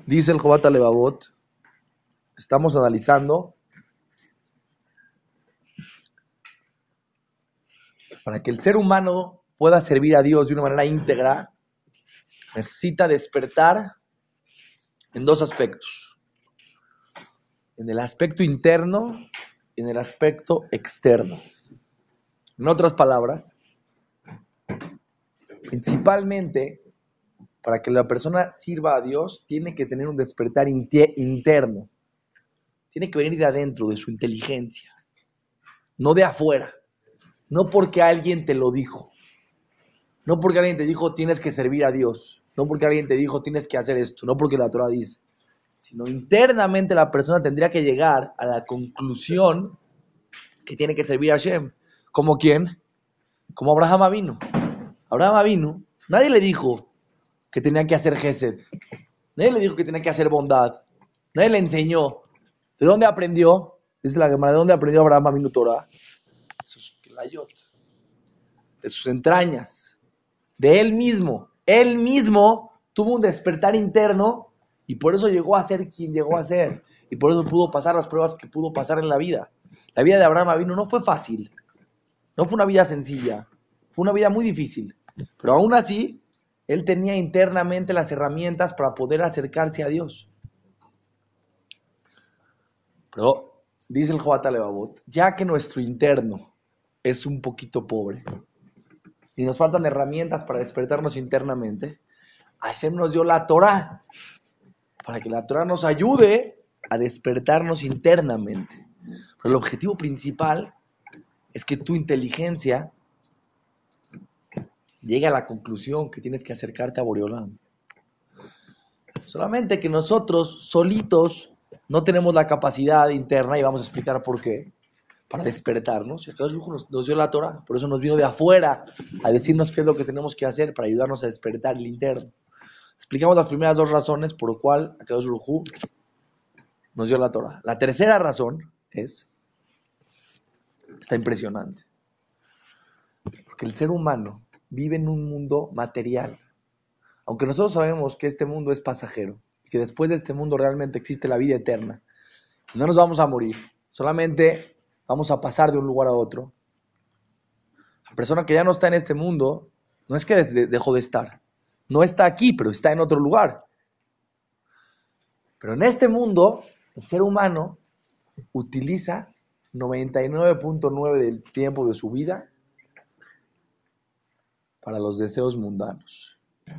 Dice el Jobat Levavot, estamos analizando para que el ser humano pueda servir a Dios de una manera íntegra, necesita despertar en dos aspectos. En el aspecto interno y en el aspecto externo. En otras palabras, principalmente, para que la persona sirva a Dios, tiene que tener un despertar interno. Tiene que venir de adentro, de su inteligencia. No de afuera. No porque alguien te lo dijo. No porque alguien te dijo tienes que servir a Dios. No porque alguien te dijo tienes que hacer esto. No porque la Torah dice. Sino internamente la persona tendría que llegar a la conclusión que tiene que servir a Hashem. ¿Como quién? Como Abraham Avinu. Abraham Avinu, nadie le dijo que tenía que hacer Gesed. Nadie le dijo que tenía que hacer bondad. Nadie le enseñó. ¿De dónde aprendió? Dice la Gemara, ¿de dónde aprendió Abraham Avinu Torah? De sus kelayot, de sus entrañas, de él mismo. Él mismo tuvo un despertar interno y por eso llegó a ser quien llegó a ser. Y por eso pudo pasar las pruebas que pudo pasar en la vida. La vida de Abraham Avinu no fue fácil. No fue una vida sencilla. Fue una vida muy difícil. Pero aún así, él tenía internamente las herramientas para poder acercarse a Dios. Pero, dice el Jobat Levavot, ya que nuestro interno es un poquito pobre y nos faltan herramientas para despertarnos internamente, Hashem nos dio la Torah para que la Torah nos ayude a despertarnos internamente. Pero el objetivo principal es que tu inteligencia llegue a la conclusión que tienes que acercarte a Boreolam. Solamente que nosotros solitos no tenemos la capacidad interna, y vamos a explicar por qué, para despertarnos. Entonces nos dio la Torah, por eso nos vino de afuera a decirnos qué es lo que tenemos que hacer para ayudarnos a despertar el interno. Explicamos las primeras dos razones por lo cual Akadosh Baruj Hu nos dio la Torah. La tercera razón está impresionante, porque el ser humano vive en un mundo material. Aunque nosotros sabemos que este mundo es pasajero, y que después de este mundo realmente existe la vida eterna, no nos vamos a morir, solamente vamos a pasar de un lugar a otro. La persona que ya no está en este mundo, no es que dejó de estar, no está aquí, pero está en otro lugar. Pero en este mundo, el ser humano utiliza 99.9% del tiempo de su vida para los deseos mundanos.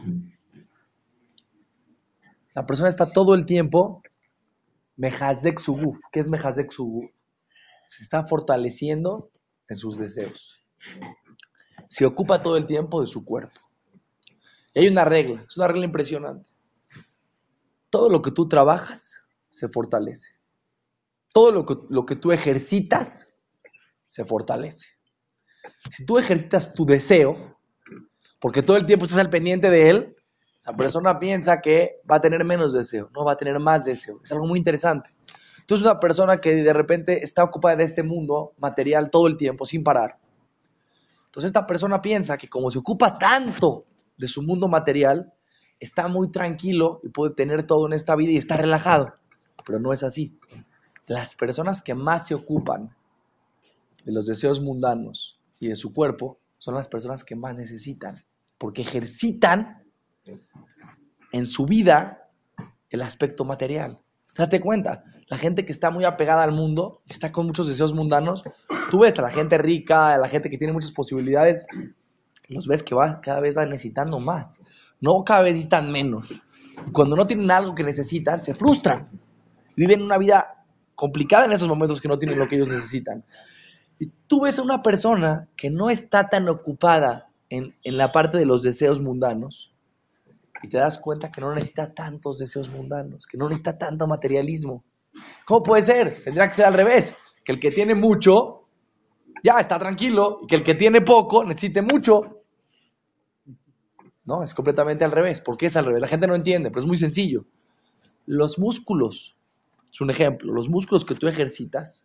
La persona está todo el tiempo mejazek su guf. ¿Qué es mejazek su guf? Se está fortaleciendo en sus deseos. Se ocupa todo el tiempo de su cuerpo. Y hay una regla, es una regla impresionante. Todo lo que tú trabajas se fortalece. Todo lo que tú ejercitas se fortalece. Si tú ejercitas tu deseo, porque todo el tiempo estás al pendiente de él, la persona piensa que va a tener menos deseo, no va a tener más deseo. Es algo muy interesante. Entonces una persona que de repente está ocupada de este mundo material todo el tiempo, sin parar. Entonces esta persona piensa que como se ocupa tanto de su mundo material, está muy tranquilo y puede tener todo en esta vida y está relajado. Pero no es así. Las personas que más se ocupan de los deseos mundanos y de su cuerpo son las personas que más necesitan, porque ejercitan en su vida el aspecto material. Date cuenta, la gente que está muy apegada al mundo, está con muchos deseos mundanos, tú ves a la gente rica, a la gente que tiene muchas posibilidades, los ves que cada vez van necesitando más, no cada vez necesitan menos. Y cuando no tienen algo que necesitan, se frustran. Viven una vida complicada en esos momentos que no tienen lo que ellos necesitan. Y tú ves a una persona que no está tan ocupada en la parte de los deseos mundanos, y te das cuenta que no necesita tantos deseos mundanos, que no necesita tanto materialismo. ¿Cómo puede ser? Tendría que ser al revés, que el que tiene mucho ya está tranquilo y que el que tiene poco necesite mucho. No, es completamente al revés. ¿Por qué es al revés? La gente no entiende, pero es muy sencillo. Los músculos, es un ejemplo, los músculos que tú ejercitas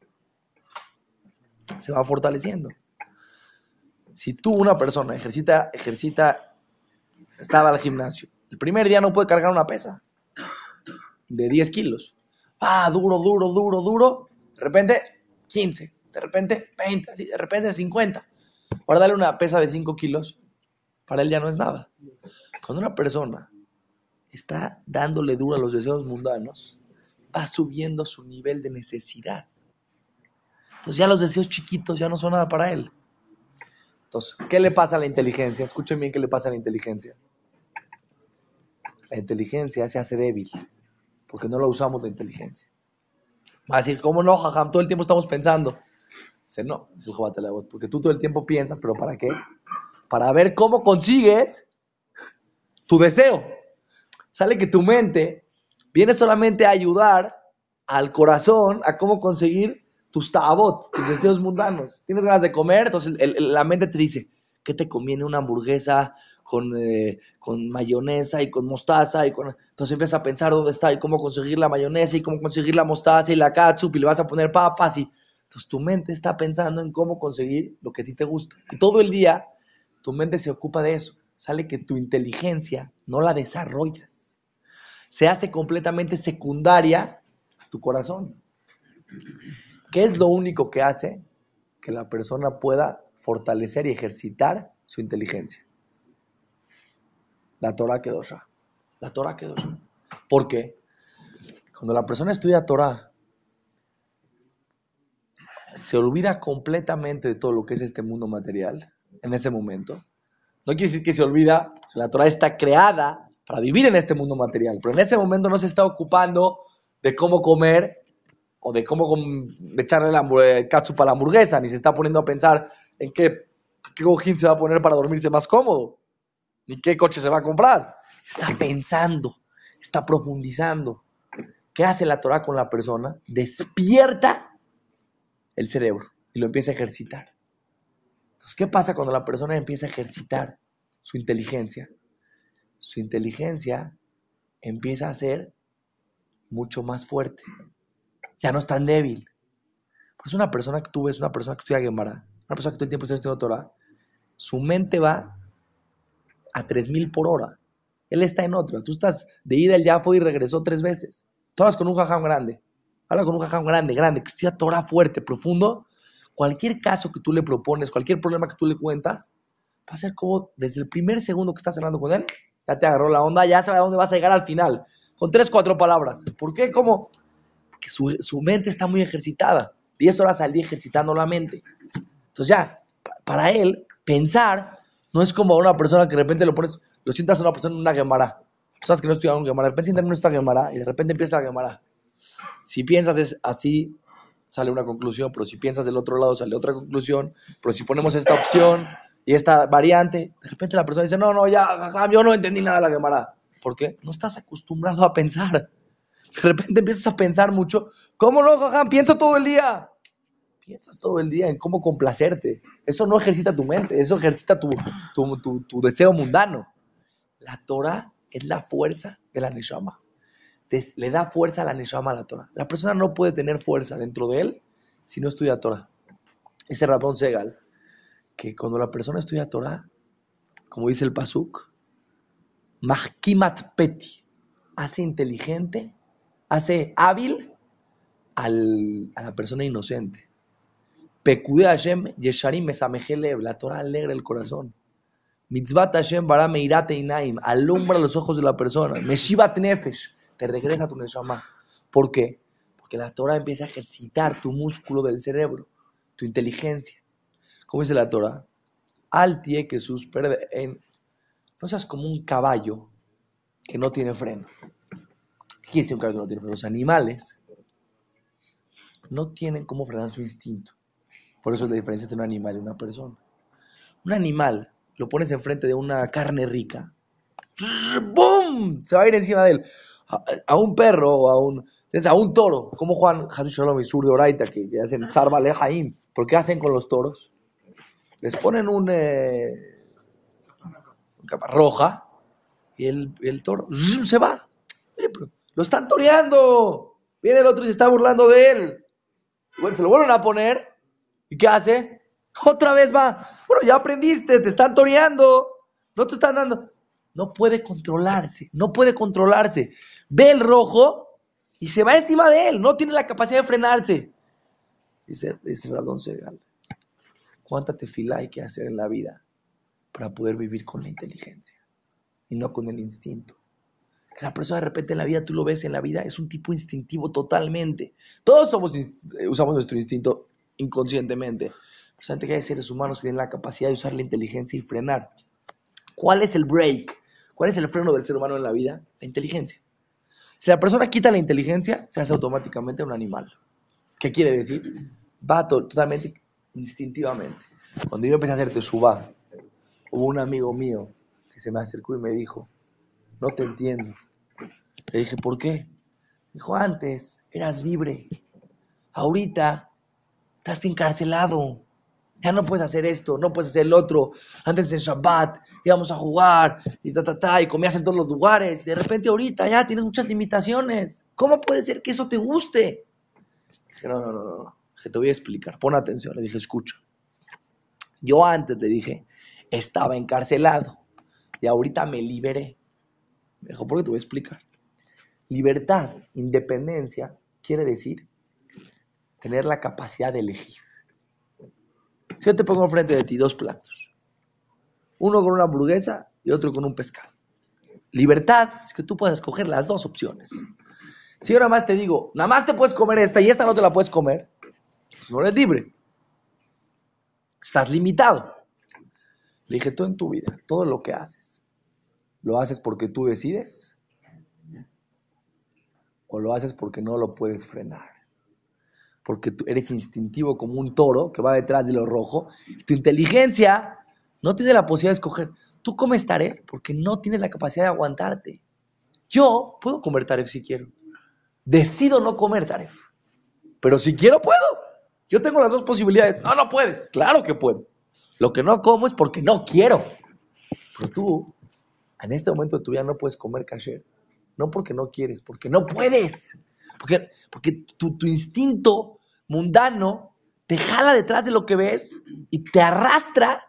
se van fortaleciendo. Si tú, una persona, estaba al gimnasio, el primer día no puede cargar una pesa. de 10 kilos. Duro, duro, duro, duro. De repente, 15. De repente, 20. Así, de repente, 50. Ahora dale una pesa de 5 kilos. Para él ya no es nada. Cuando una persona está dándole duro a los deseos mundanos, va subiendo su nivel de necesidad. Entonces ya los deseos chiquitos ya no son nada para él. Entonces, ¿qué le pasa a la inteligencia? Escuchen bien qué le pasa a la inteligencia. La inteligencia se hace débil, porque no la usamos la inteligencia. Va a decir, ¿cómo no, jajam? Todo el tiempo estamos pensando. Dice, no, es el Jobat Elabot, porque tú todo el tiempo piensas, ¿pero para qué? Para ver cómo consigues tu deseo. Sale que tu mente viene solamente a ayudar al corazón a cómo conseguir tus ta'abot, tus deseos mundanos. Tienes ganas de comer, entonces la mente te dice, ¿qué te conviene una hamburguesa con mayonesa y con mostaza? Entonces empiezas a pensar dónde está y cómo conseguir la mayonesa y cómo conseguir la mostaza y la catsup y le vas a poner papas. Entonces tu mente está pensando en cómo conseguir lo que a ti te gusta. Y todo el día tu mente se ocupa de eso. Sale que tu inteligencia no la desarrollas. Se hace completamente secundaria a tu corazón. ¿Qué es lo único que hace que la persona pueda fortalecer y ejercitar su inteligencia? La Torah Kedosha. La Torah Kedosha. ¿Por qué? Cuando la persona estudia Torah, se olvida completamente de todo lo que es este mundo material en ese momento. No quiere decir que se olvida, la Torah está creada para vivir en este mundo material, pero en ese momento no se está ocupando de cómo comer o de cómo echarle la catsup a la hamburguesa, ni se está poniendo a pensar en qué cojín se va a poner para dormirse más cómodo, ni qué coche se va a comprar. Está pensando, está profundizando. ¿Qué hace la Torah con la persona? Despierta el cerebro y lo empieza a ejercitar. Entonces, ¿qué pasa cuando la persona empieza a ejercitar su inteligencia? Su inteligencia empieza a ser mucho más fuerte. Ya no es tan débil. Pues una persona que tú ves, una persona que estudia Gemara, una persona que todo el tiempo está estudiando Torah, su mente va a 3000 por hora. Él está en otra. Tú estás de ida, él ya fue y regresó 3 veces. Tú hablas con un jajam grande. Habla con un jajam grande, que estudia Torah fuerte, profundo. Cualquier caso que tú le propones, cualquier problema que tú le cuentas, va a ser como desde el primer segundo que estás hablando con él, ya te agarró la onda, ya sabe a dónde vas a llegar al final. Con 3, 4 palabras. ¿Por qué? ¿Cómo? Porque su mente está muy ejercitada. 10 horas al día ejercitando la mente. Entonces ya, para él, pensar no es como una persona que de repente lo sientas a una persona en una Gemara. Personas que no estudian Gemara, de repente sientan en esta Gemara y de repente empieza la Gemara. Si piensas es así, sale una conclusión, pero si piensas del otro lado sale otra conclusión, pero si ponemos esta opción y esta variante, de repente la persona dice, no, ya, yo no entendí nada de la Gemara. ¿Por qué? No estás acostumbrado a pensar. De repente empiezas a pensar mucho. ¿Cómo no, jajam? Pienso todo el día. Piensas todo el día en cómo complacerte. Eso no ejercita tu mente, eso ejercita tu deseo mundano. La Torah es la fuerza de la Neshama. Le da fuerza a la Neshama a la Torah. La persona no puede tener fuerza dentro de él si no estudia Torah. Ese Rabón Segal, que cuando la persona estudia Torah, como dice el Pasuk, Mahkimat Peti, hace inteligente, hace hábil a la persona inocente. Pekude Hashem Yesharim Mesamejelev, la Torah alegra el corazón. Mitzvat Hashem bara meirate inaim, alumbra los ojos de la persona. Meshivat nefesh, te regresa a tu neshama. ¿Por qué? Porque la Torah empieza a ejercitar tu músculo del cerebro, tu inteligencia. ¿Cómo dice la Torah? Al tie que sus no seas como un caballo que no tiene freno. ¿Qué quiere decir un caballo que no tiene freno? Los animales no tienen cómo frenar su instinto. Por eso es la diferencia entre un animal y una persona. Un animal, lo pones enfrente de una carne rica, ¡bum! Se va a ir encima de él. A un perro o a un toro, como Juan Jesús Shalom y Sur de Oraita, que hacen Tzar Balei Haim. ¿Por qué hacen con los toros? Les ponen una capa roja y el toro se va. Lo están toreando. Viene el otro y se está burlando de él. Bueno, se lo vuelven a poner. ¿Y qué hace? Otra vez va. Bueno, ya aprendiste, te están toreando. No te están dando. No puede controlarse. Ve el rojo y se va encima de él, no tiene la capacidad de frenarse. Dice Rabdón Segal, ¿cuánta tefilá hay que hacer en la vida para poder vivir con la inteligencia y no con el instinto? Que la persona de repente en la vida, tú lo ves en la vida, es un tipo instintivo totalmente. Todos usamos nuestro instinto inconscientemente. Pero que hay seres humanos que tienen la capacidad de usar la inteligencia y frenar. ¿Cuál es el break? ¿Cuál es el freno del ser humano en la vida? La inteligencia. Si la persona quita la inteligencia, se hace automáticamente un animal. ¿Qué quiere decir? Va totalmente instintivamente. Cuando yo empecé a hacer teshuvá, hubo un amigo mío que se me acercó y me dijo, no te entiendo. Le dije, ¿por qué? Dijo, antes eras libre, ahorita estás encarcelado. Ya no puedes hacer esto, no puedes hacer el otro. Antes en Shabbat íbamos a jugar y comías en todos los lugares. Y de repente ahorita ya tienes muchas limitaciones. ¿Cómo puede ser que eso te guste? Dije, no. Se te voy a explicar. Pon atención. Le dije, escucha. Yo antes le dije, estaba encarcelado y ahorita me liberé. Me dijo, ¿por qué te voy a explicar? Libertad, independencia, quiere decir tener la capacidad de elegir. Si yo te pongo enfrente de ti dos platos, uno con una hamburguesa y otro con un pescado. Libertad es que tú puedas escoger las dos opciones. Si yo nada más te digo, nada más te puedes comer esta y esta no te la puedes comer, pues no eres libre. Estás limitado. Le dije, tú en tu vida, todo lo que haces, ¿lo haces porque tú decides? ¿O lo haces porque no lo puedes frenar? Porque tú eres instintivo como un toro que va detrás de lo rojo. Tu inteligencia no tiene la posibilidad de escoger. Tú comes taref porque no tienes la capacidad de aguantarte. Yo puedo comer taref si quiero. Decido no comer taref. Pero si quiero, puedo. Yo tengo las dos posibilidades. No puedes. Claro que puedo. Lo que no como es porque no quiero. Pero tú, en este momento de tu vida, no puedes comer kasher. No porque no quieres, porque no puedes. Porque tu instinto mundano te jala detrás de lo que ves y te arrastra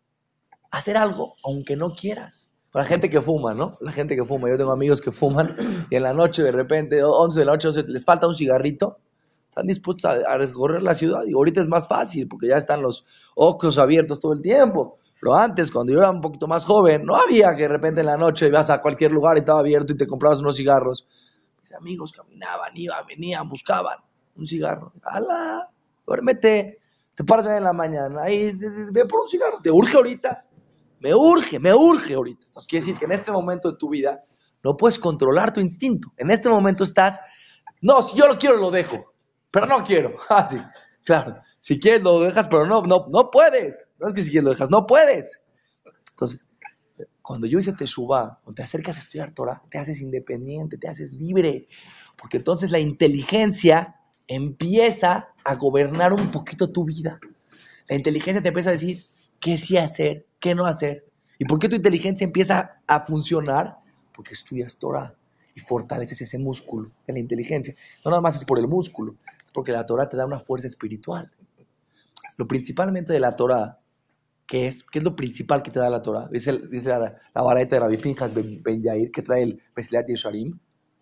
a hacer algo, aunque no quieras. La gente que fuma, ¿no? La gente que fuma. Yo tengo amigos que fuman y en la noche, de repente, 11 de la noche, les falta un cigarrito. Están dispuestos a recorrer la ciudad. Y ahorita es más fácil porque ya están los ojos abiertos todo el tiempo. Pero antes, cuando yo era un poquito más joven, no había que de repente en la noche ibas a cualquier lugar y estaba abierto y te comprabas unos cigarros. Mis amigos caminaban, iban, venían, buscaban un cigarro. ¡Hala! Duérmete. Te paras en la mañana y ve por un cigarro. ¿Te urge ahorita? Me urge ahorita. Entonces quiere decir que en este momento de tu vida no puedes controlar tu instinto. En este momento estás, no, si yo lo quiero lo dejo, pero no quiero. Ah, sí, claro. Si quieres lo dejas, pero no puedes. No es que si quieres lo dejas, no puedes. Entonces, cuando yo hice Teshuvah, cuando te acercas a estudiar Torah, te haces independiente, te haces libre. Porque entonces la inteligencia empieza a gobernar un poquito tu vida. La inteligencia te empieza a decir qué sí hacer, qué no hacer. ¿Y por qué tu inteligencia empieza a funcionar? Porque estudias Torah y fortaleces ese músculo de la inteligencia. No nada más es por el músculo, es porque la Torah te da una fuerza espiritual. Lo principalmente de la Torah, ¿qué es lo principal que te da la Torah? Dice la baraita de Rabbi Pinchas Ben Yair, que trae el Mesilat Yesharim.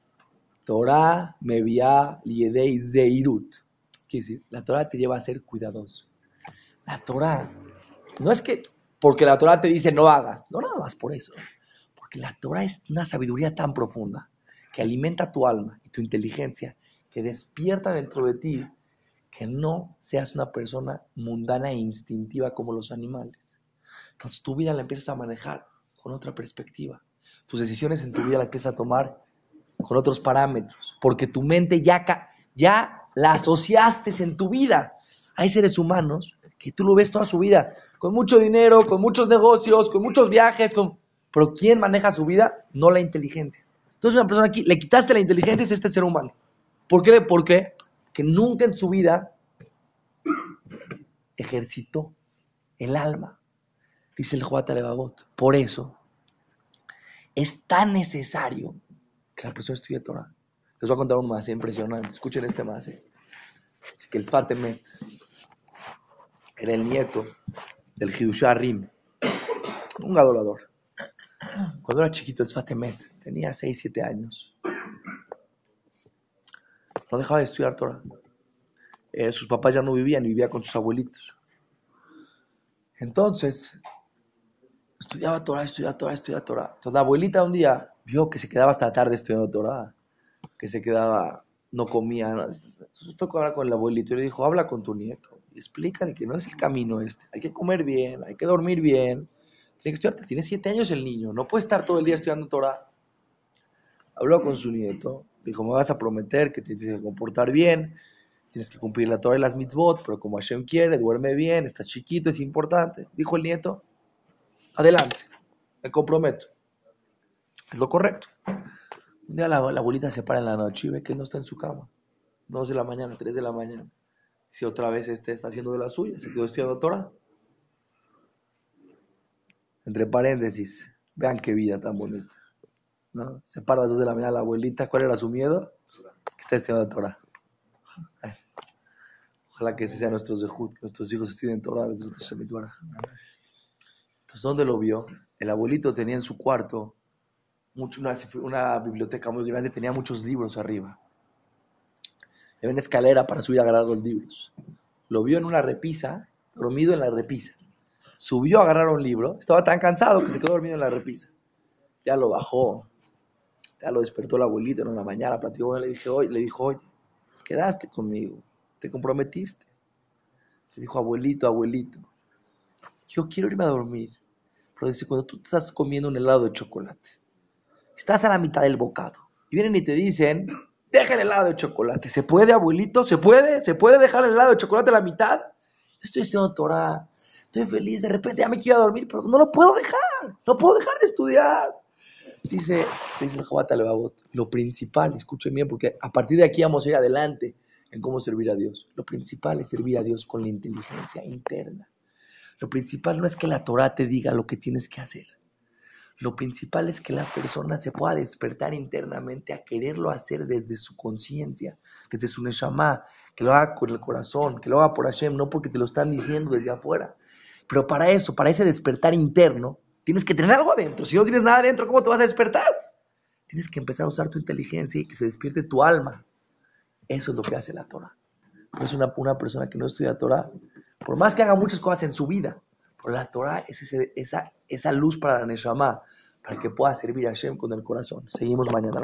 Torah Meviá Liedei Zeirut. Quiere decir, la Torah te lleva a ser cuidadoso. La Torah, no es que porque la Torah te dice no hagas, no nada más por eso, porque la Torah es una sabiduría tan profunda que alimenta tu alma y tu inteligencia, que despierta dentro de ti que no seas una persona mundana e instintiva como los animales. Entonces tu vida la empiezas a manejar con otra perspectiva. Tus decisiones en tu vida las empiezas a tomar con otros parámetros, porque tu mente ya la asociaste en tu vida. Hay seres humanos que tú lo ves toda su vida, con mucho dinero, con muchos negocios, con muchos viajes, pero ¿quién maneja su vida? No la inteligencia. Entonces una persona aquí, le quitaste la inteligencia, es este ser humano. ¿Por qué? Porque nunca en su vida ejercitó el alma. Dice el Joat Alevavot. Por eso es tan necesario que la persona estudie Torah. Les voy a contar un más impresionante. Escuchen este más. Así que el Sfat Emet era el nieto del Hidushé Harim, un adorador. Cuando era chiquito el Sfat Emet, tenía 6, 7 años. No dejaba de estudiar Torah. Sus papás ya no vivían, vivía con sus abuelitos. Entonces, estudiaba Torah. Entonces la abuelita un día vio que se quedaba hasta tarde estudiando Torah, que se quedaba, no comía. ¿No? Entonces fue a hablar con el abuelito y le dijo, habla con tu nieto y explícale que no es el camino este. Hay que comer bien, hay que dormir bien. Tiene que estudiar. Tiene 7 años el niño, no puede estar todo el día estudiando Torah. Habló con su nieto, dijo, me vas a prometer que te tienes que comportar bien, tienes que cumplir la Torah y las mitzvot, pero como Hashem quiere, duerme bien, está chiquito, es importante. Dijo el nieto, adelante, me comprometo. Es lo correcto. Un día la abuelita se para en la noche y ve que él no está en su cama. 2 de la mañana, 3 de la mañana. Si otra vez está haciendo de la suya, se quedó estudiando Torah. Entre paréntesis, vean qué vida tan bonita. ¿No? Se para a las 2 de la mañana la abuelita, ¿cuál era su miedo? Que está estudiando Torah. Ay, ojalá que ese sea nuestro zehut, que nuestros hijos estudien Torah. Entonces, ¿dónde lo vio? El abuelito tenía en su cuarto una biblioteca muy grande, tenía muchos libros arriba. Había una escalera para subir a agarrar los libros. Lo vio en una repisa, dormido en la repisa. Subió a agarrar un libro, estaba tan cansado que se quedó dormido en la repisa. Ya lo bajó, ya lo despertó el abuelito en la mañana, platicó, le dijo, oye, quedaste conmigo, te comprometiste. Le dijo, abuelito, yo quiero irme a dormir. Pero dice, cuando tú estás comiendo un helado de chocolate, estás a la mitad del bocado, y vienen y te dicen, deja el helado de chocolate. ¿Se puede, abuelito? ¿Se puede? ¿Se puede dejar el helado de chocolate a la mitad? Estoy estudiando Torah, estoy feliz, de repente ya me quiero dormir, pero no lo puedo dejar, no puedo dejar de estudiar. Dice el Jobat Alevavot, lo principal, escuchen bien, porque a partir de aquí vamos a ir adelante en cómo servir a Dios. Lo principal es servir a Dios con la inteligencia interna. Lo principal no es que la Torah te diga lo que tienes que hacer. Lo principal es que la persona se pueda despertar internamente a quererlo hacer desde su conciencia, desde su neshama, que lo haga con el corazón, que lo haga por Hashem, no porque te lo están diciendo desde afuera. Pero para eso, para ese despertar interno, tienes que tener algo adentro. Si no tienes nada adentro, ¿cómo te vas a despertar? Tienes que empezar a usar tu inteligencia y que se despierte tu alma. Eso es lo que hace la Torah. Por eso una persona que no estudia Torah, por más que haga muchas cosas en su vida, pero la Torah es esa luz para la Neshama, para que pueda servir a Hashem con el corazón. Seguimos mañana.